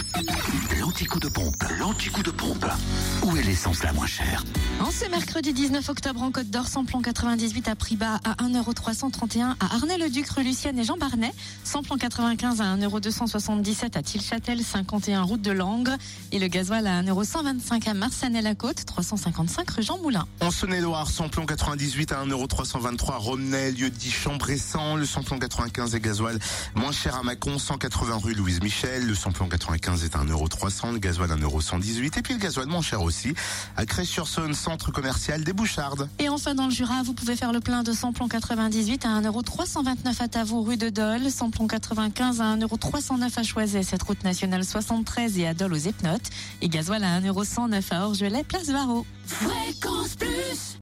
L'anti-coup de pompe, l'anti-coup de pompe. Où est l'essence la moins chère? En ce mercredi 19 octobre en Côte d'Or, samplon 98 à prix bas à 1,331 € à Arnay-le-Duc, rue Lucienne et Jean Barnet. Samplon 95 à 1,277 € à Tilchâtel, 51 route de Langres. Et le gasoil à 1,125 € à Marsanais-la-Côte, 355 rue Jean Moulin. En Saône-et-Loire, samplon 98 à 1,323 € à Romney, lieu-dit Chambressan. Le samplon 95 est gasoil moins cher à Mâcon, 180 rue Louise Michel. Le samplon 95 est à 1,300 €, le gasoil 1,118 € et puis le gasoil moins cher aussi à Crest-sur-Saône, centre commercial des Bouchardes. Et enfin dans le Jura, vous pouvez faire le plein de samplon 98 à 1,329 € à Tavour, rue de Dole, samplon 95 à 1,309 € à Choiset, cette route nationale 73 et à Dole aux Epnotes, et gasoil à 1,109 € à Orgelet, place Varro. Fréquence Plus.